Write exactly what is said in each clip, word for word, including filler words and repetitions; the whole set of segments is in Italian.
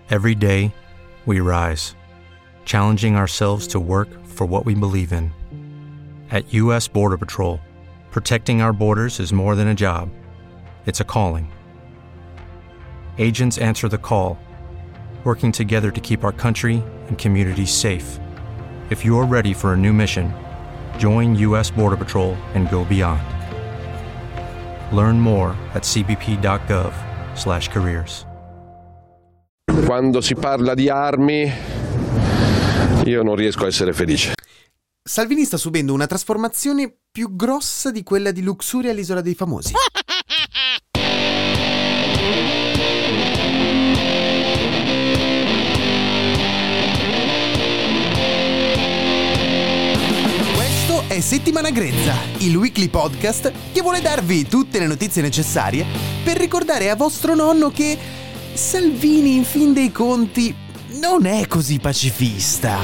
Every day, we rise, challenging ourselves to work for what we believe in. At U S Border Patrol, protecting our borders is more than a job. It's a calling. Agents answer the call, working together to keep our country and communities safe. If you're ready for a new mission, join U S Border Patrol and go beyond. Learn more at c b p dot gov slash careers. Quando si parla di armi, io non riesco a essere felice. Salvini sta subendo una trasformazione più grossa di quella di Luxuria all'Isola dei Famosi. Questo è Settimana Grezza, il weekly podcast che vuole darvi tutte le notizie necessarie per ricordare a vostro nonno che Salvini, in fin dei conti, non è così pacifista.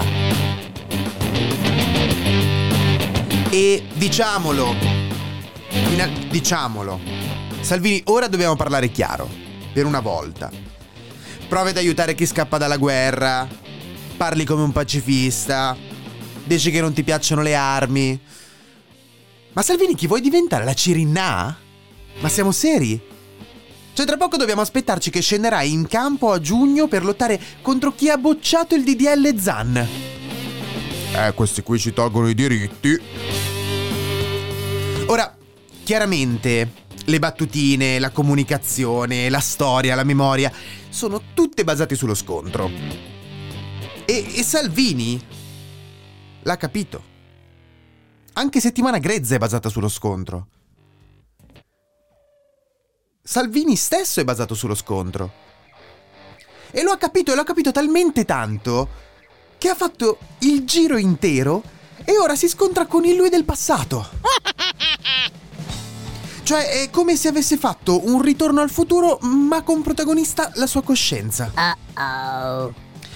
E diciamolo, diciamolo, Salvini, ora dobbiamo parlare chiaro, per una volta. Provi ad aiutare chi scappa dalla guerra, parli come un pacifista, dici che non ti piacciono le armi. Ma Salvini, chi vuoi diventare, la Cirinà? Ma siamo seri? Cioè, tra poco dobbiamo aspettarci che scenderai in campo a giugno per lottare contro chi ha bocciato il D D L Zan. Eh, questi qui ci tolgono i diritti. Ora, chiaramente, le battutine, la comunicazione, la storia, la memoria sono tutte basate sullo scontro. E, e Salvini l'ha capito. Anche Settimana Grezza è basata sullo scontro. Salvini stesso è basato sullo scontro. E lo ha capito, e lo ha capito talmente tanto che ha fatto il giro intero e ora si scontra con il lui del passato. Cioè, è come se avesse fatto un ritorno al futuro, ma con protagonista la sua coscienza. Uh-oh.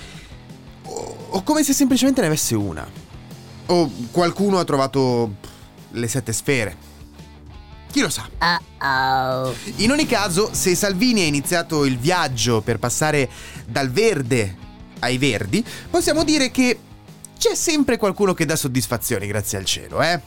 O, o come se semplicemente ne avesse una. O qualcuno ha trovato le sette sfere. Chi lo sa? Uh-oh. In ogni caso, se Salvini ha iniziato il viaggio per passare dal verde ai verdi, possiamo dire che c'è sempre qualcuno che dà soddisfazioni, grazie al cielo, eh?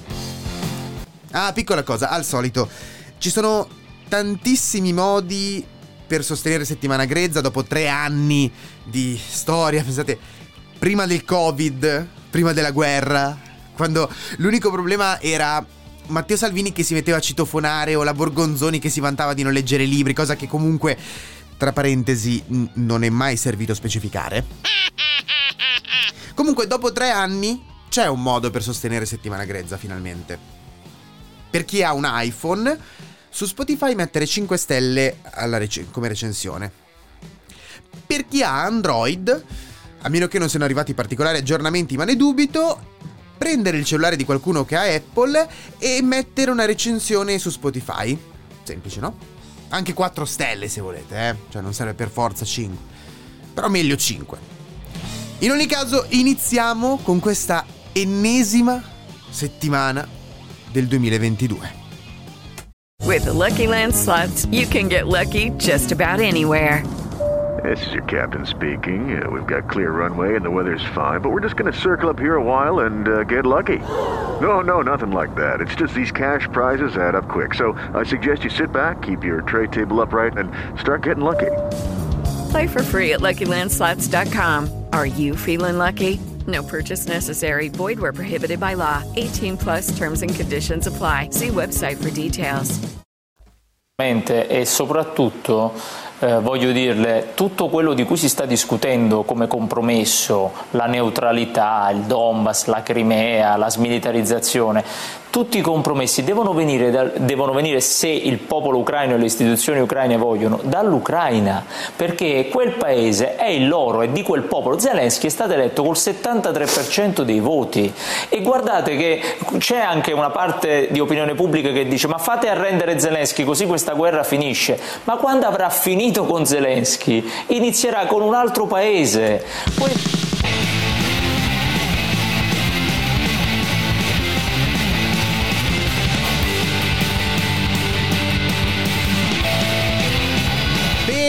Ah, piccola cosa, al solito, ci sono tantissimi modi per sostenere Settimana Grezza dopo tre anni di storia. Pensate, prima del Covid, prima della guerra, quando l'unico problema era Matteo Salvini che si metteva a citofonare o la Borgonzoni che si vantava di non leggere libri, cosa che comunque, tra parentesi, n- non è mai servito specificare. Comunque, dopo tre anni c'è un modo per sostenere Settimana Grezza, finalmente. Per chi ha un iPhone, su Spotify mettere cinque stelle alla rec- come recensione. Per chi ha Android, a meno che non siano arrivati particolari aggiornamenti, ma ne dubito, prendere il cellulare di qualcuno che ha Apple e mettere una recensione su Spotify. Semplice, no? Anche quattro stelle se volete, eh? Cioè non serve per forza cinque. Però meglio cinque. In ogni caso, iniziamo con questa ennesima settimana del duemilaventidue. With the Lucky Land Slots, you can get lucky just about anywhere. This is your captain speaking. Uh, we've got clear runway and the weather's fine, but we're just going to circle up here a while and uh, get lucky. No, no, nothing like that. It's just these cash prizes add up quick. So I suggest you sit back, keep your tray table upright, and start getting lucky. Play for free at lucky land slots dot com. Are you feeling lucky? No purchase necessary. Void where prohibited by law. eighteen plus terms and conditions apply. See website for details. E soprattutto eh, voglio dirle, tutto quello di cui si sta discutendo come compromesso, la neutralità, il Donbass, la Crimea, la smilitarizzazione, tutti i compromessi devono venire, da, devono venire, se il popolo ucraino e le istituzioni ucraine vogliono, dall'Ucraina, perché quel paese è il loro, è di quel popolo. Zelensky è stato eletto col settantatré per cento dei voti e guardate che c'è anche una parte di opinione pubblica che dice: ma fate arrendere Zelensky così questa guerra finisce. Ma quando avrà finito con Zelensky inizierà con un altro paese. Poi...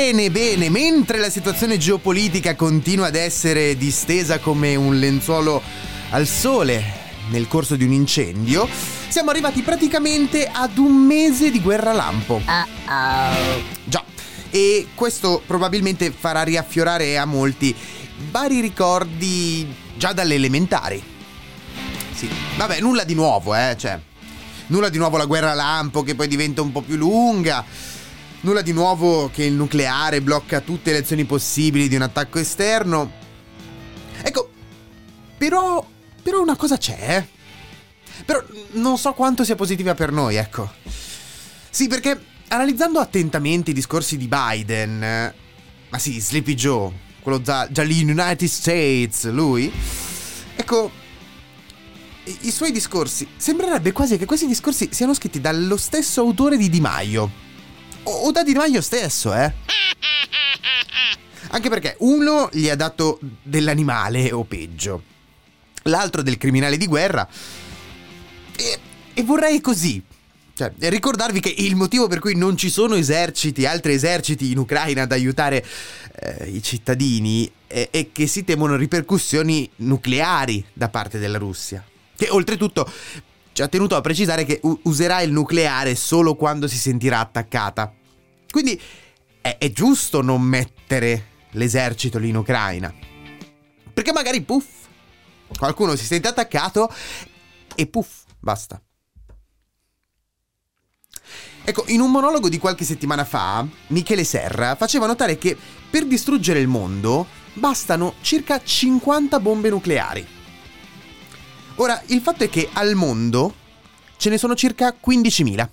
Bene, bene, mentre la situazione geopolitica continua ad essere distesa come un lenzuolo al sole nel corso di un incendio, siamo arrivati praticamente ad un mese di guerra lampo. Uh-oh. Già, e questo probabilmente farà riaffiorare a molti vari ricordi già dalle elementari. Sì, vabbè, nulla di nuovo, eh, cioè, nulla di nuovo la guerra lampo che poi diventa un po' più lunga. Nulla di nuovo che il nucleare blocca tutte le azioni possibili di un attacco esterno. Ecco, però, però una cosa c'è. Però non so quanto sia positiva per noi, ecco. Sì, perché analizzando attentamente i discorsi di Biden, ma sì, Sleepy Joe, quello già, già lì in United States, lui, ecco, i, i suoi discorsi, sembrerebbe quasi che questi discorsi siano scritti dallo stesso autore di Di Maio. O da Di Maio stesso, eh. Anche perché uno gli ha dato dell'animale o peggio, l'altro del criminale di guerra. E, e vorrei così, cioè, ricordarvi che il motivo per cui non ci sono eserciti, altri eserciti in Ucraina ad aiutare eh, i cittadini è, è che si temono ripercussioni nucleari da parte della Russia, che oltretutto ci ha tenuto a precisare che u- userà il nucleare solo quando si sentirà attaccata. Quindi è, è giusto non mettere l'esercito lì in Ucraina, perché magari puff, qualcuno si sente attaccato e puff, basta. Ecco, in un monologo di qualche settimana fa, Michele Serra faceva notare che per distruggere il mondo bastano circa cinquanta bombe nucleari. Ora, il fatto è che al mondo ce ne sono circa quindicimila.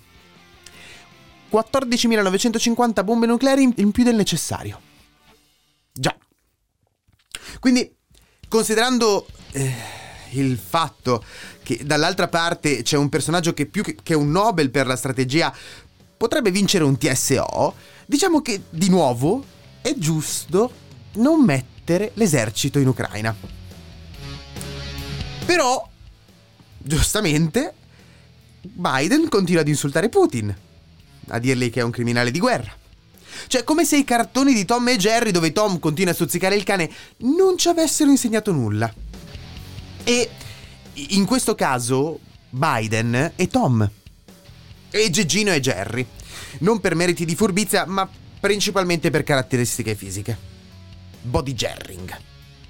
quattordicimilanovecentocinquanta bombe nucleari in più del necessario. Già. Quindi, considerando eh, il fatto che dall'altra parte c'è un personaggio che più che un Nobel per la strategia potrebbe vincere un T S O, diciamo che di nuovo è giusto non mettere l'esercito in Ucraina. Però, giustamente, Biden continua ad insultare Putin, a dirgli che è un criminale di guerra. Cioè, come se i cartoni di Tom e Jerry, dove Tom continua a stuzzicare il cane, non ci avessero insegnato nulla. E in questo caso Biden è Tom e Geggino è Jerry, non per meriti di furbizia, ma principalmente per caratteristiche fisiche. Body Jerring.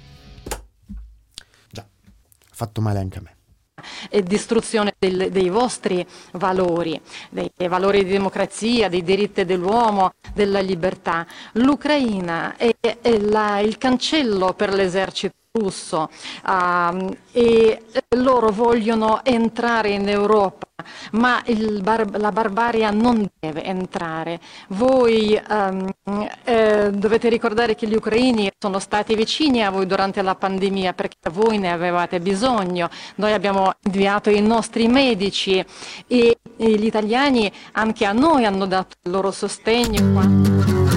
Già, ha fatto male anche a me. E distruzione del, dei vostri valori, dei valori di democrazia, dei diritti dell'uomo, della libertà. L'Ucraina è, è la, il cancello per l'esercito russo uh, e loro vogliono entrare in Europa, ma il bar- la barbarie non deve entrare. Voi um, eh, dovete ricordare che gli ucraini sono stati vicini a voi durante la pandemia perché voi ne avevate bisogno. Noi abbiamo inviato i nostri medici e, e gli italiani anche a noi hanno dato il loro sostegno qua.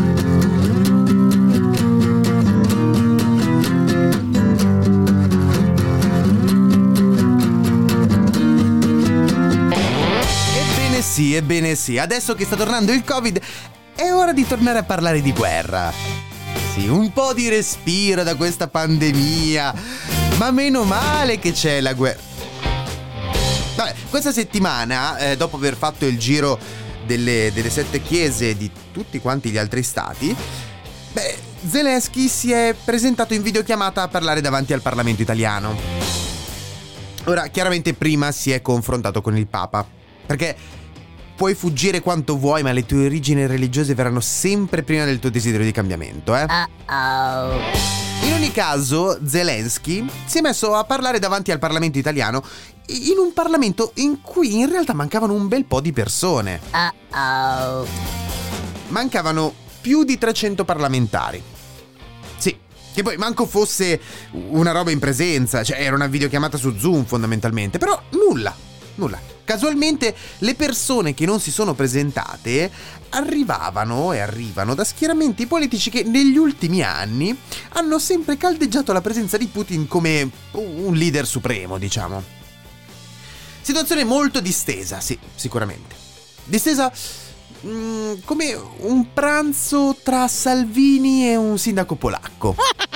Sì, ebbene sì, adesso che sta tornando il Covid è ora di tornare a parlare di guerra. Sì, un po' di respiro da questa pandemia, ma meno male che c'è la guerra. Vabbè, questa settimana, eh, dopo aver fatto il giro delle, delle sette chiese di tutti quanti gli altri stati, beh, Zelensky si è presentato in videochiamata a parlare davanti al Parlamento italiano. Ora, chiaramente prima si è confrontato con il Papa, perché puoi fuggire quanto vuoi, ma le tue origini religiose verranno sempre prima del tuo desiderio di cambiamento, eh? Uh-oh. In ogni caso, Zelensky si è messo a parlare davanti al Parlamento italiano, in un Parlamento in cui in realtà mancavano un bel po' di persone. Uh-oh. Mancavano più di trecento parlamentari. Sì, che poi manco fosse una roba in presenza, cioè era una videochiamata su Zoom fondamentalmente, però nulla, nulla. Casualmente le persone che non si sono presentate arrivavano e arrivano da schieramenti politici che negli ultimi anni hanno sempre caldeggiato la presenza di Putin come un leader supremo, diciamo. Situazione molto distesa, sì, sicuramente. Distesa mm, come un pranzo tra Salvini e un sindaco polacco.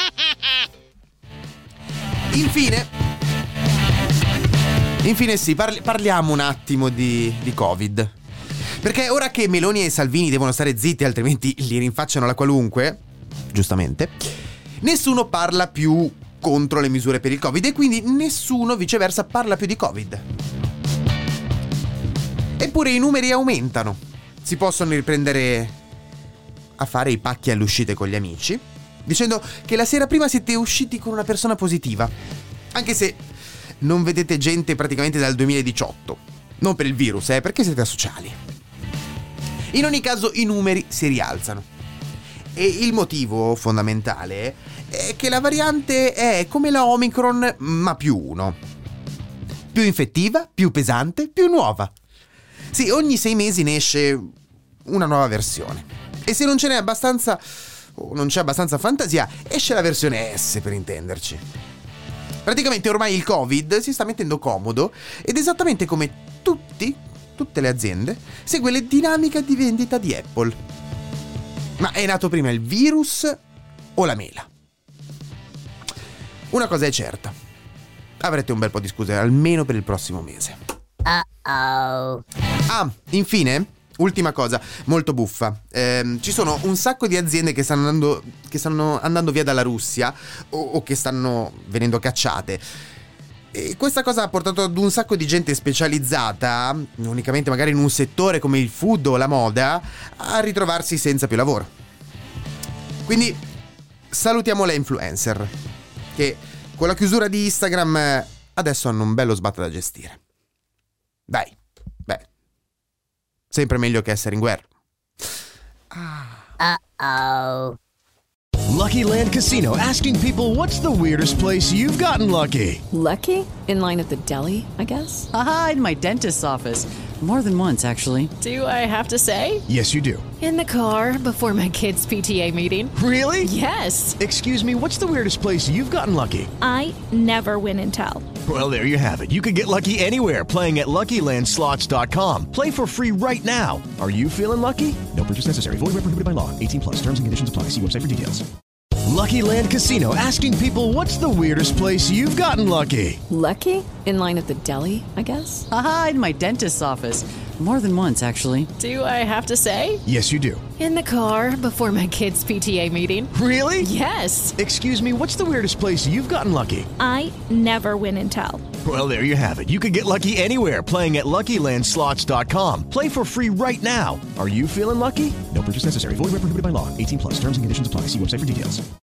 Infine, infine sì, parli- parliamo un attimo di, di Covid. Perché ora che Meloni e Salvini devono stare zitti, altrimenti li rinfacciano la qualunque, giustamente, nessuno parla più contro le misure per il Covid e quindi nessuno viceversa parla più di Covid. Eppure i numeri aumentano. Si possono riprendere a fare i pacchi alle uscite con gli amici, dicendo che la sera prima siete usciti con una persona positiva, anche se non vedete gente praticamente dal duemiladiciotto. Non per il virus, eh, perché siete asociali. In ogni caso i numeri si rialzano. E il motivo fondamentale è che la variante è come la Omicron, ma più uno. Più infettiva, più pesante, più nuova. Sì, ogni sei mesi ne esce una nuova versione. E se non ce n'è abbastanza, o non c'è abbastanza fantasia, esce la versione S, per intenderci. Praticamente ormai il Covid si sta mettendo comodo ed esattamente come tutti, tutte le aziende, segue le dinamiche di vendita di Apple. Ma è nato prima il virus o la mela? Una cosa è certa. Avrete un bel po' di scuse, almeno per il prossimo mese. Uh-oh. Ah, infine, ultima cosa, molto buffa. Ehm, ci sono un sacco di aziende che stanno andando, che stanno andando via dalla Russia o, o che stanno venendo cacciate. E questa cosa ha portato ad un sacco di gente specializzata, unicamente magari in un settore come il food o la moda, a ritrovarsi senza più lavoro. Quindi salutiamo le influencer, che con la chiusura di Instagram adesso hanno un bello sbatto da gestire. Dai, beh, sempre meglio che essere in guerra. Uh-oh. Lucky Land Casino, asking people, what's the weirdest place you've gotten lucky? Lucky? In line at the deli, I guess? Aha, in my dentist's office. More than once, actually. Do I have to say? Yes, you do. In the car before my kids' P T A meeting. Really? Yes. Excuse me, what's the weirdest place you've gotten lucky? I never win and tell. Well, there you have it. You can get lucky anywhere, playing at Lucky Land Slots dot com. Play for free right now. Are you feeling lucky? No purchase necessary. Void where prohibited by law. eighteen plus. Terms and conditions apply. See website for details. Lucky Land Casino, asking people, what's the weirdest place you've gotten lucky? Lucky? In line at the deli, I guess? Aha, in my dentist's office. More than once, actually. Do I have to say? Yes, you do. In the car before my kids' P T A meeting. Really? Yes. Excuse me, what's the weirdest place you've gotten lucky? I never win and tell. Well, there you have it. You can get lucky anywhere, playing at Lucky Land Slots dot com. Play for free right now. Are you feeling lucky? No purchase necessary. Void where prohibited by law. eighteen plus. Terms and conditions apply. See website for details.